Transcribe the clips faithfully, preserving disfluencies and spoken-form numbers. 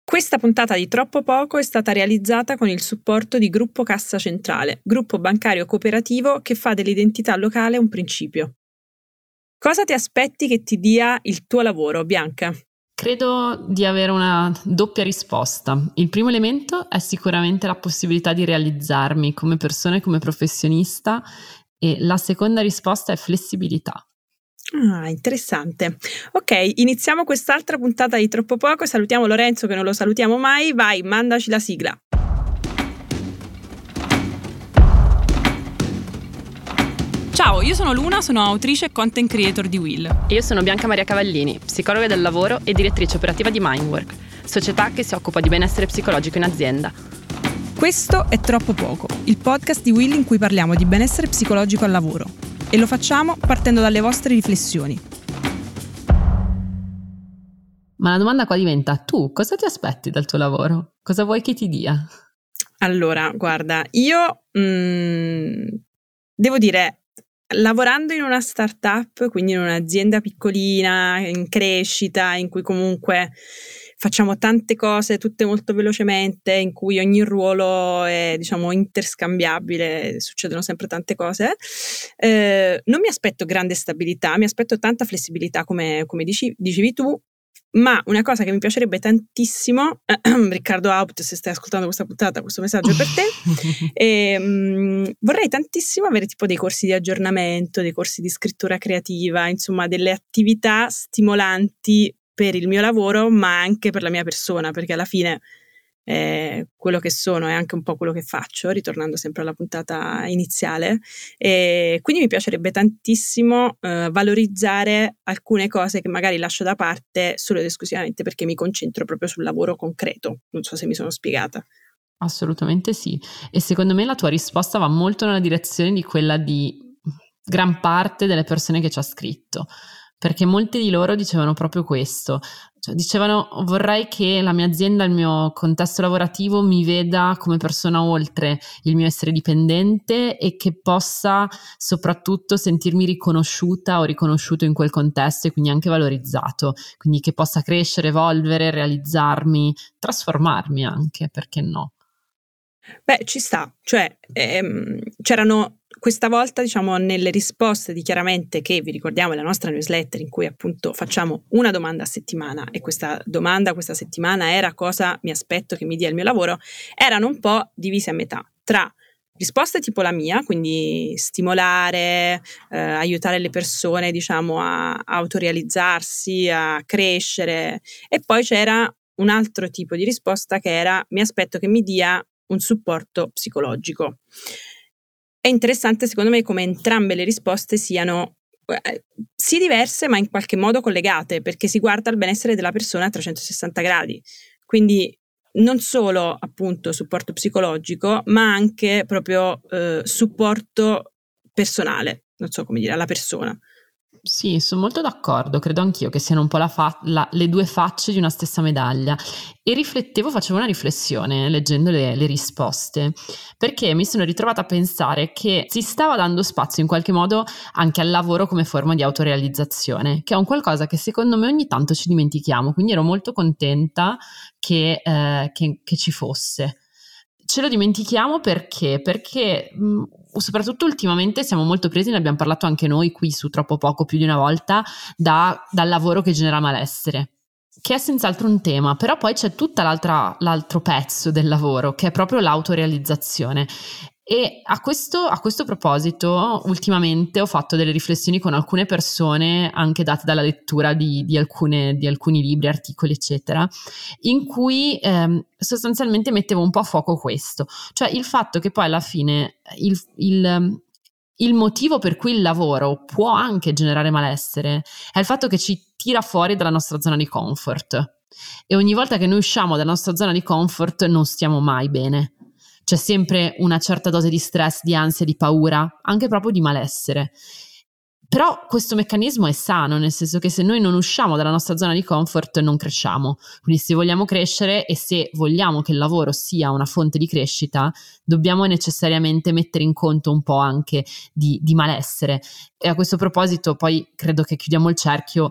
Questa puntata di Troppo Poco è stata realizzata con il supporto di Gruppo Cassa Centrale, gruppo bancario cooperativo che fa dell'identità locale un principio. Cosa ti aspetti che ti dia il tuo lavoro, Bianca? Credo di avere una doppia risposta. Il primo elemento è sicuramente la possibilità di realizzarmi come persona e come professionista, e la seconda risposta è flessibilità. Ah, interessante. Ok, iniziamo quest'altra puntata di Troppo Poco e salutiamo Lorenzo che non lo salutiamo mai. Vai, mandaci la sigla. Ciao, io sono Luna, sono autrice e content creator di Will. E io sono Bianca Maria Cavallini, psicologa del lavoro e direttrice operativa di Mindwork, società che si occupa di benessere psicologico in azienda. Questo è Troppo Poco, il podcast di Will in cui parliamo di benessere psicologico al lavoro. E lo facciamo partendo dalle vostre riflessioni. Ma la domanda qua diventa: tu cosa ti aspetti dal tuo lavoro? Cosa vuoi che ti dia? Allora, guarda, io mh, devo dire, lavorando in una startup, quindi in un'azienda piccolina, in crescita, in cui comunque facciamo tante cose tutte molto velocemente, in cui ogni ruolo è, diciamo, interscambiabile, succedono sempre tante cose, eh, non mi aspetto grande stabilità, mi aspetto tanta flessibilità come, come dici, dicevi tu, ma una cosa che mi piacerebbe tantissimo, Riccardo Haupt, se stai ascoltando questa puntata, questo messaggio è per te, e, mh, vorrei tantissimo avere tipo dei corsi di aggiornamento, dei corsi di scrittura creativa, insomma delle attività stimolanti per il mio lavoro, ma anche per la mia persona, perché alla fine eh, quello che sono è anche un po' quello che faccio, ritornando sempre alla puntata iniziale, e quindi mi piacerebbe tantissimo eh, valorizzare alcune cose che magari lascio da parte solo ed esclusivamente perché mi concentro proprio sul lavoro concreto. Non so se mi sono spiegata. Assolutamente sì, e secondo me la tua risposta va molto nella direzione di quella di gran parte delle persone che ci ha scritto, perché molti di loro dicevano proprio questo, cioè dicevano: vorrei che la mia azienda, il mio contesto lavorativo mi veda come persona oltre il mio essere dipendente e che possa soprattutto sentirmi riconosciuta o riconosciuto in quel contesto e quindi anche valorizzato, quindi che possa crescere, evolvere, realizzarmi, trasformarmi anche, perché no? Beh, ci sta, cioè ehm, c'erano questa volta, diciamo, nelle risposte di Chiaramente, che vi ricordiamo è la nostra newsletter in cui appunto facciamo una domanda a settimana, e questa domanda questa settimana era: cosa mi aspetto che mi dia il mio lavoro, erano un po' divise a metà tra risposte tipo la mia, quindi stimolare, eh, aiutare le persone, diciamo, a, a autorealizzarsi, a crescere, e poi c'era un altro tipo di risposta che era: mi aspetto che mi dia un supporto psicologico. È interessante secondo me come entrambe le risposte siano eh, sì diverse ma in qualche modo collegate, perché si guarda al benessere della persona a trecentosessanta gradi, quindi non solo appunto supporto psicologico ma anche proprio eh, supporto personale, non so come dire, alla persona. Sì, sono molto d'accordo, credo anch'io che siano un po' la fa- la- le due facce di una stessa medaglia, e riflettevo, facevo una riflessione leggendo le, le risposte, perché mi sono ritrovata a pensare che si stava dando spazio in qualche modo anche al lavoro come forma di autorealizzazione, che è un qualcosa che secondo me ogni tanto ci dimentichiamo, quindi ero molto contenta che, eh, che, che ci fosse. Ce lo dimentichiamo perché? Perché mh, soprattutto ultimamente siamo molto presi, ne abbiamo parlato anche noi qui su Troppo Poco più di una volta, da, dal lavoro che genera malessere, che è senz'altro un tema, però poi c'è tutta l'altra, l'altro pezzo del lavoro, che è proprio l'autorealizzazione. E a questo, a questo proposito ultimamente ho fatto delle riflessioni con alcune persone, anche date dalla lettura di, di, alcune, di alcuni libri, articoli eccetera, in cui ehm, sostanzialmente mettevo un po' a fuoco questo, cioè il fatto che poi alla fine il, il, il motivo per cui il lavoro può anche generare malessere è il fatto che ci tira fuori dalla nostra zona di comfort, e ogni volta che noi usciamo dalla nostra zona di comfort non stiamo mai bene. C'è sempre una certa dose di stress, di ansia, di paura, anche proprio di malessere. Però questo meccanismo è sano, nel senso che se noi non usciamo dalla nostra zona di comfort non cresciamo. Quindi se vogliamo crescere e se vogliamo che il lavoro sia una fonte di crescita, dobbiamo necessariamente mettere in conto un po' anche di, di malessere. E a questo proposito poi credo che chiudiamo il cerchio.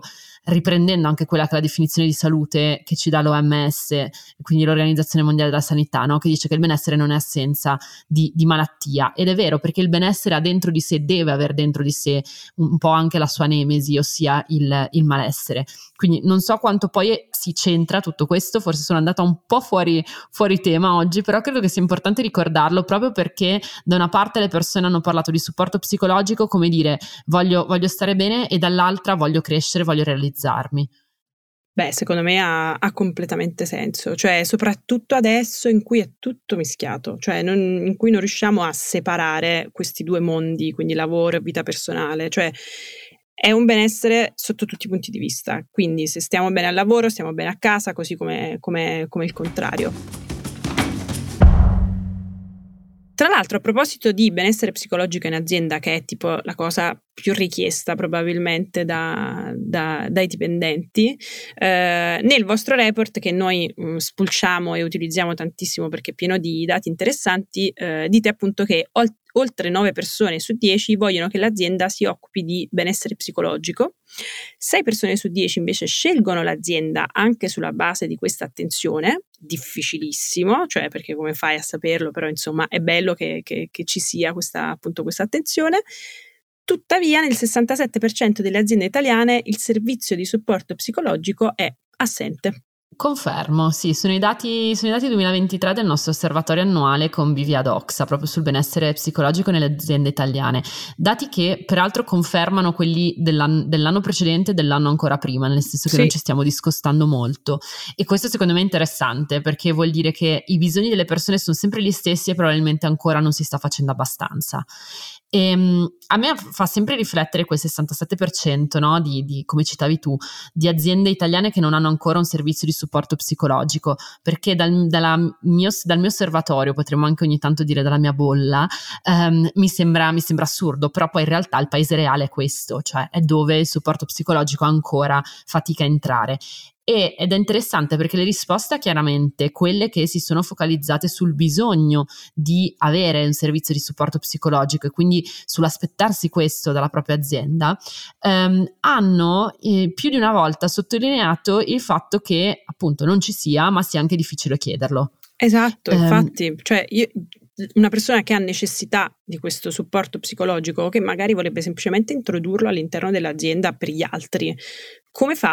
riprendendo anche quella che è la definizione di salute che ci dà l'O M S, quindi l'Organizzazione Mondiale della Sanità, no? Che dice che il benessere non è assenza di, di malattia, ed è vero, perché il benessere ha dentro di sé, deve aver dentro di sé un po' anche la sua nemesi, ossia il, il malessere. Quindi non so quanto poi si c'entra tutto questo, forse sono andata un po' fuori, fuori tema oggi, però credo che sia importante ricordarlo, proprio perché da una parte le persone hanno parlato di supporto psicologico come dire voglio, voglio stare bene, e dall'altra voglio crescere, voglio realizzarmi. Beh, secondo me ha, ha completamente senso, cioè soprattutto adesso in cui è tutto mischiato, cioè non, in cui non riusciamo a separare questi due mondi, quindi lavoro e vita personale, cioè è un benessere sotto tutti i punti di vista, quindi se stiamo bene al lavoro stiamo bene a casa, così come, come, come il contrario. Tra l'altro, a proposito di benessere psicologico in azienda, che è tipo la cosa più richiesta probabilmente da, da, dai dipendenti, eh, nel vostro report, che noi mh, spulciamo e utilizziamo tantissimo perché è pieno di dati interessanti, eh, dite appunto che ol- oltre nove persone su dieci vogliono che l'azienda si occupi di benessere psicologico, sei persone su dieci invece scelgono l'azienda anche sulla base di questa attenzione, difficilissimo, cioè perché come fai a saperlo, però insomma è bello che, che, che ci sia questa, appunto, questa attenzione. Tuttavia nel sessantasette per cento delle aziende italiane il servizio di supporto psicologico è assente. Confermo, sì, sono i dati, sono i dati duemilaventitré del nostro osservatorio annuale con Bivia Doxa, proprio sul benessere psicologico nelle aziende italiane. Dati che peraltro confermano quelli dell'anno, dell'anno precedente e dell'anno ancora prima, nel senso che sì, non ci stiamo discostando molto. E questo secondo me è interessante, perché vuol dire che i bisogni delle persone sono sempre gli stessi e probabilmente ancora non si sta facendo abbastanza. E, um, a me fa sempre riflettere quel sessantasette per cento, no, di, di, come citavi tu, di aziende italiane che non hanno ancora un servizio di supporto psicologico, perché dal, dalla mio, dal mio osservatorio, potremmo anche ogni tanto dire dalla mia bolla, um, mi, sembra, mi sembra assurdo, però poi in realtà il paese reale è questo, cioè è dove il supporto psicologico ancora fatica a entrare. E, ed è interessante perché le risposte, chiaramente quelle che si sono focalizzate sul bisogno di avere un servizio di supporto psicologico e quindi sull'aspettarsi questo dalla propria azienda, ehm, hanno eh, più di una volta sottolineato il fatto che appunto non ci sia, ma sia anche difficile chiederlo. Esatto, Um, infatti, cioè io, una persona che ha necessità di questo supporto psicologico, che magari vorrebbe semplicemente introdurlo all'interno dell'azienda per gli altri, come fa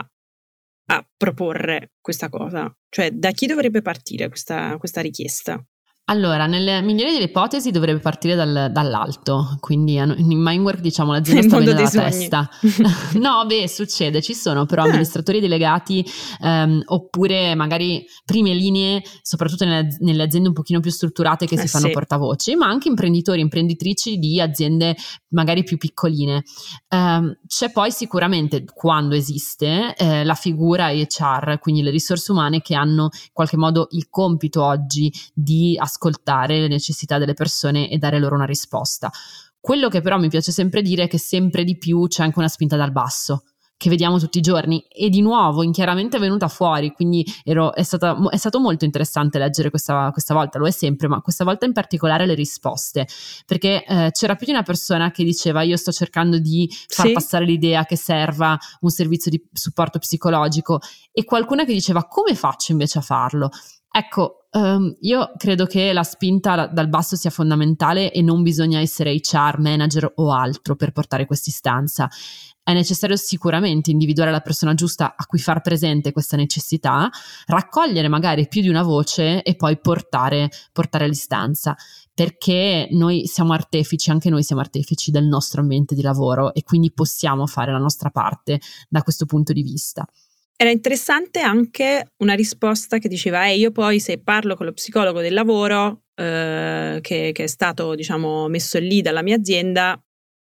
a proporre questa cosa? Cioè, da chi dovrebbe partire questa, questa richiesta? Allora, nelle migliori delle ipotesi dovrebbe partire dal, dall'alto, quindi in Mindwork diciamo l'azienda sta bene dalla testa. No, beh, succede, ci sono però amministratori delegati um, oppure magari prime linee, soprattutto nelle, nelle aziende un pochino più strutturate che eh si fanno sì. portavoci, ma anche imprenditori, imprenditrici di aziende magari più piccoline. Um, c'è poi sicuramente, quando esiste, eh, la figura H R, quindi le risorse umane che hanno in qualche modo il compito oggi di ascoltare le necessità delle persone e dare loro una risposta. Quello che però mi piace sempre dire è che sempre di più c'è anche una spinta dal basso, che vediamo tutti i giorni, e di nuovo in Chiaramente è venuta fuori, quindi ero, è, stata, è stato molto interessante leggere questa, questa volta, lo è sempre, ma questa volta in particolare le risposte, perché eh, c'era più di una persona che diceva io sto cercando di far sì. passare l'idea che serva un servizio di supporto psicologico, e qualcuna che diceva come faccio invece a farlo. Ecco, um, io credo che la spinta dal basso sia fondamentale e non bisogna essere H R, manager o altro per portare questa istanza. È necessario sicuramente individuare la persona giusta a cui far presente questa necessità, raccogliere magari più di una voce e poi portare, portare l'istanza, perché noi siamo artefici, anche noi siamo artefici del nostro ambiente di lavoro e quindi possiamo fare la nostra parte da questo punto di vista. Era interessante anche una risposta che diceva eh, io poi se parlo con lo psicologo del lavoro eh, che, che è stato diciamo messo lì dalla mia azienda,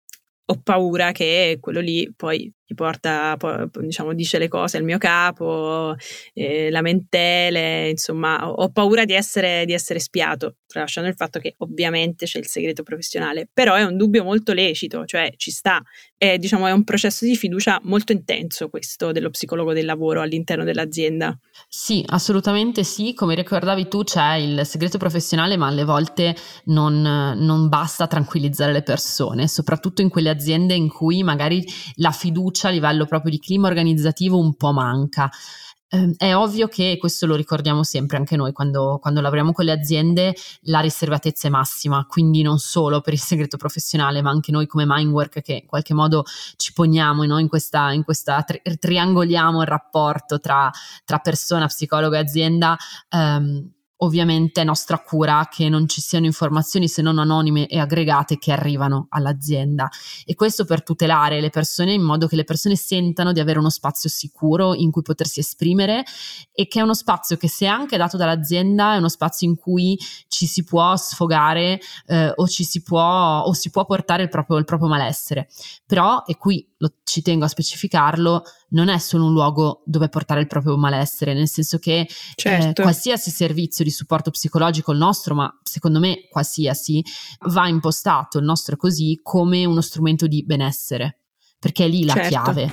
ho paura che quello lì poi ti porta, poi, diciamo, dice le cose al mio capo, eh, lamentele, insomma, ho, ho paura di essere, di essere spiato, tralasciando il fatto che ovviamente c'è il segreto professionale, però è un dubbio molto lecito, cioè ci sta, è, diciamo, è un processo di fiducia molto intenso questo dello psicologo del lavoro all'interno dell'azienda. Sì, assolutamente sì, come ricordavi tu c'è il segreto professionale, ma alle volte non, non basta tranquillizzare le persone, soprattutto in quelle aziende in cui magari la fiducia fiducia a livello proprio di clima organizzativo un po' manca. Eh, è ovvio che questo lo ricordiamo sempre anche noi quando, quando lavoriamo con le aziende, la riservatezza è massima, quindi non solo per il segreto professionale, ma anche noi come Mindwork che in qualche modo ci poniamo, no? in questa, in questa tri- triangoliamo il rapporto tra, tra persona, psicologo e azienda. ehm, Ovviamente è nostra cura che non ci siano informazioni se non anonime e aggregate che arrivano all'azienda, e questo per tutelare le persone in modo che le persone sentano di avere uno spazio sicuro in cui potersi esprimere, e che è uno spazio che, se anche dato dall'azienda, è uno spazio in cui ci si può sfogare eh, o ci si può o si può portare il proprio, il proprio malessere. Però, e qui lo, ci tengo a specificarlo, non è solo un luogo dove portare il proprio malessere, nel senso che certo. eh, qualsiasi servizio di supporto psicologico, il nostro, ma secondo me qualsiasi, va impostato, il nostro così, come uno strumento di benessere, perché è lì la certo. chiave.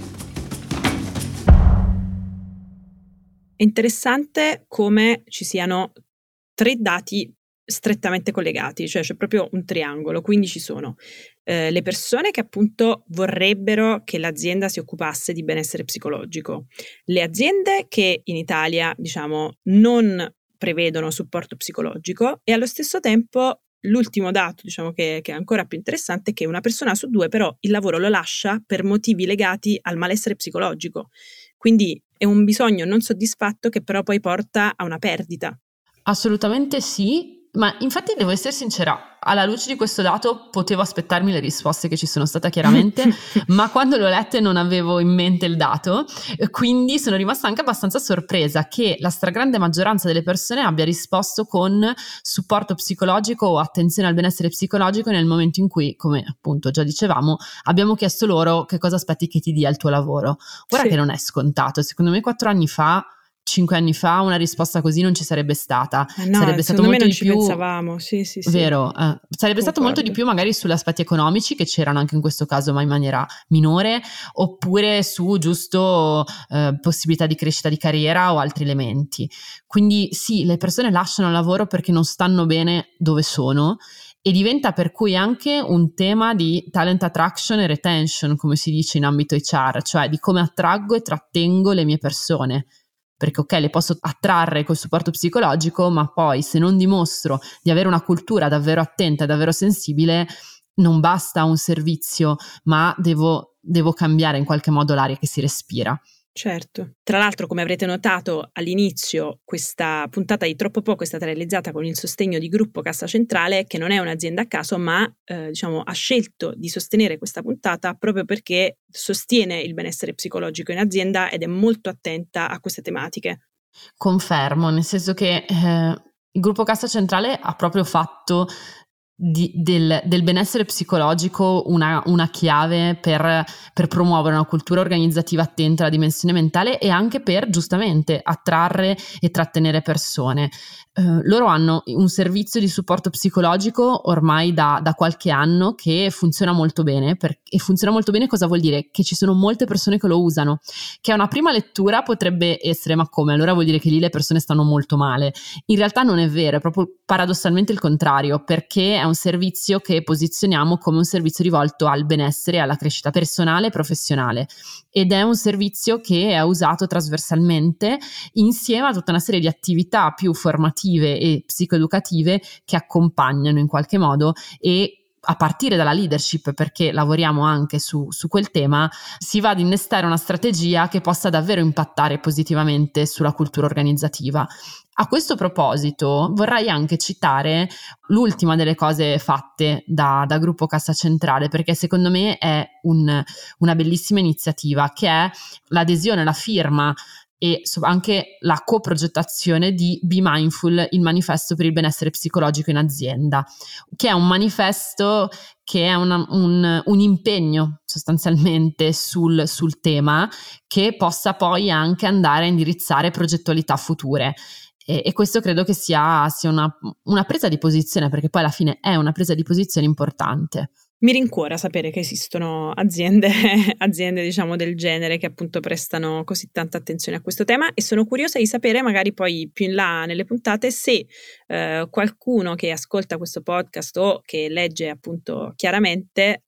È interessante come ci siano tre dati strettamente collegati, cioè c'è proprio un triangolo, quindi ci sono eh, le persone che appunto vorrebbero che l'azienda si occupasse di benessere psicologico, le aziende che in Italia, diciamo, non prevedono supporto psicologico, e allo stesso tempo l'ultimo dato, diciamo, che, che è ancora più interessante, è che una persona su due però il lavoro lo lascia per motivi legati al malessere psicologico, quindi è un bisogno non soddisfatto che però poi porta a una perdita. Assolutamente sì, ma infatti devo essere sincera, alla luce di questo dato potevo aspettarmi le risposte che ci sono state chiaramente, ma quando l'ho lette non avevo in mente il dato, quindi sono rimasta anche abbastanza sorpresa che la stragrande maggioranza delle persone abbia risposto con supporto psicologico o attenzione al benessere psicologico nel momento in cui, come appunto già dicevamo, abbiamo chiesto loro che cosa aspetti che ti dia il tuo lavoro. Guarda Sì. che non è scontato, secondo me quattro anni fa, cinque anni fa, una risposta così non ci sarebbe stata. Eh no, sarebbe stato secondo me molto non di ci più, pensavamo, sì sì sì. vero, eh. sarebbe Concordo. stato molto di più magari sugli aspetti economici, che c'erano anche in questo caso ma in maniera minore, oppure su giusto eh, possibilità di crescita di carriera o altri elementi. Quindi sì, le persone lasciano il lavoro perché non stanno bene dove sono, e diventa per cui anche un tema di talent attraction e retention, come si dice in ambito H R, cioè di come attraggo e trattengo le mie persone. Perché ok, le posso attrarre col supporto psicologico, ma poi se non dimostro di avere una cultura davvero attenta e davvero sensibile, non basta un servizio, ma devo, devo cambiare in qualche modo l'aria che si respira. Certo. Tra l'altro, come avrete notato all'inizio, questa puntata di Troppo Poco è stata realizzata con il sostegno di Gruppo Cassa Centrale, che non è un'azienda a caso, ma eh, diciamo ha scelto di sostenere questa puntata proprio perché sostiene il benessere psicologico in azienda ed è molto attenta a queste tematiche. Confermo, nel senso che eh, il Gruppo Cassa Centrale ha proprio fatto Di, del, del benessere psicologico una, una chiave per, per promuovere una cultura organizzativa attenta alla dimensione mentale, e anche per giustamente attrarre e trattenere persone. Eh, loro hanno un servizio di supporto psicologico ormai da, da qualche anno che funziona molto bene. Per, e funziona molto bene cosa vuol dire? Che ci sono molte persone che lo usano, che a una prima lettura potrebbe essere ma come? Allora vuol dire che lì le persone stanno molto male. In realtà non è vero, è proprio paradossalmente il contrario, perché è un servizio che posizioniamo come un servizio rivolto al benessere e alla crescita personale e professionale, ed è un servizio che è usato trasversalmente insieme a tutta una serie di attività più formative e psicoeducative che accompagnano in qualche modo, e a partire dalla leadership, perché lavoriamo anche su, su quel tema, si va ad innestare una strategia che possa davvero impattare positivamente sulla cultura organizzativa. A questo proposito vorrei anche citare l'ultima delle cose fatte da, da Gruppo Cassa Centrale, perché secondo me è un, una bellissima iniziativa, che è l'adesione, la firma e anche la coprogettazione di Be Mindful, il manifesto per il benessere psicologico in azienda, che è un manifesto che è una, un, un impegno sostanzialmente sul, sul tema, che possa poi anche andare a indirizzare progettualità future. E, e questo credo che sia, sia una, una presa di posizione, perché poi alla fine è una presa di posizione importante. Mi rincuora sapere che esistono aziende, aziende diciamo del genere che appunto prestano così tanta attenzione a questo tema, e sono curiosa di sapere magari poi più in là nelle puntate se eh, qualcuno che ascolta questo podcast o che legge appunto chiaramente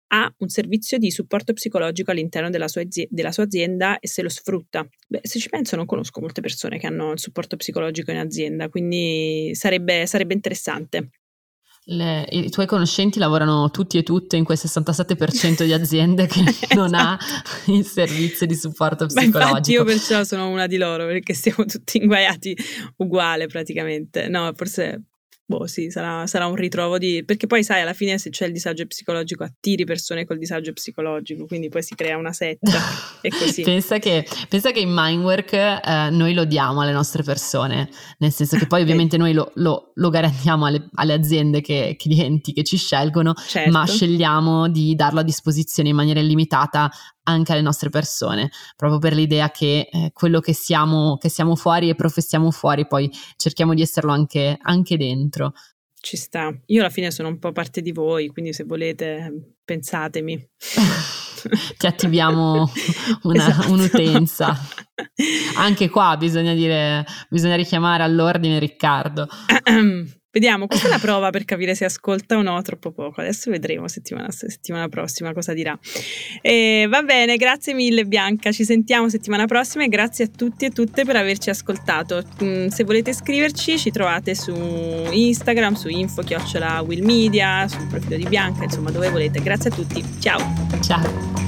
ha un servizio di supporto psicologico all'interno della sua, azi- della sua azienda e se lo sfrutta. Beh, se ci penso non conosco molte persone che hanno il supporto psicologico in azienda, quindi sarebbe, sarebbe interessante. Le, I tuoi conoscenti lavorano tutti e tutte in quel sessantasette per cento di aziende che non ha il servizio di supporto psicologico. Ma infatti io perciò sono una di loro, perché siamo tutti inguaiati uguale praticamente. No, forse... Boh, sì, sarà, sarà un ritrovo di... Perché poi sai, alla fine se c'è il disagio psicologico attiri persone col disagio psicologico, quindi poi si crea una setta e così. pensa, che, pensa che in Mindwork eh, noi lo diamo alle nostre persone, nel senso che poi ovviamente noi lo, lo, lo garantiamo alle, alle aziende, che, clienti che ci scelgono, certo. Ma scegliamo di darlo a disposizione in maniera illimitata anche alle nostre persone, proprio per l'idea che eh, quello che siamo, che siamo fuori e professiamo fuori, poi cerchiamo di esserlo anche, anche dentro. Ci sta. Io alla fine sono un po' parte di voi, quindi se volete pensatemi. Ti attiviamo una, esatto. un'utenza. Anche qua bisogna dire, bisogna richiamare all'ordine Riccardo. Vediamo, questa è la prova per capire se ascolta o no, troppo poco. Adesso vedremo settimana, settimana prossima cosa dirà. E va bene, grazie mille Bianca, ci sentiamo settimana prossima e grazie a tutti e tutte per averci ascoltato. Se volete scriverci ci trovate su Instagram, su info chiocciola willmedia, sul profilo di Bianca, insomma dove volete. Grazie a tutti, ciao! Ciao!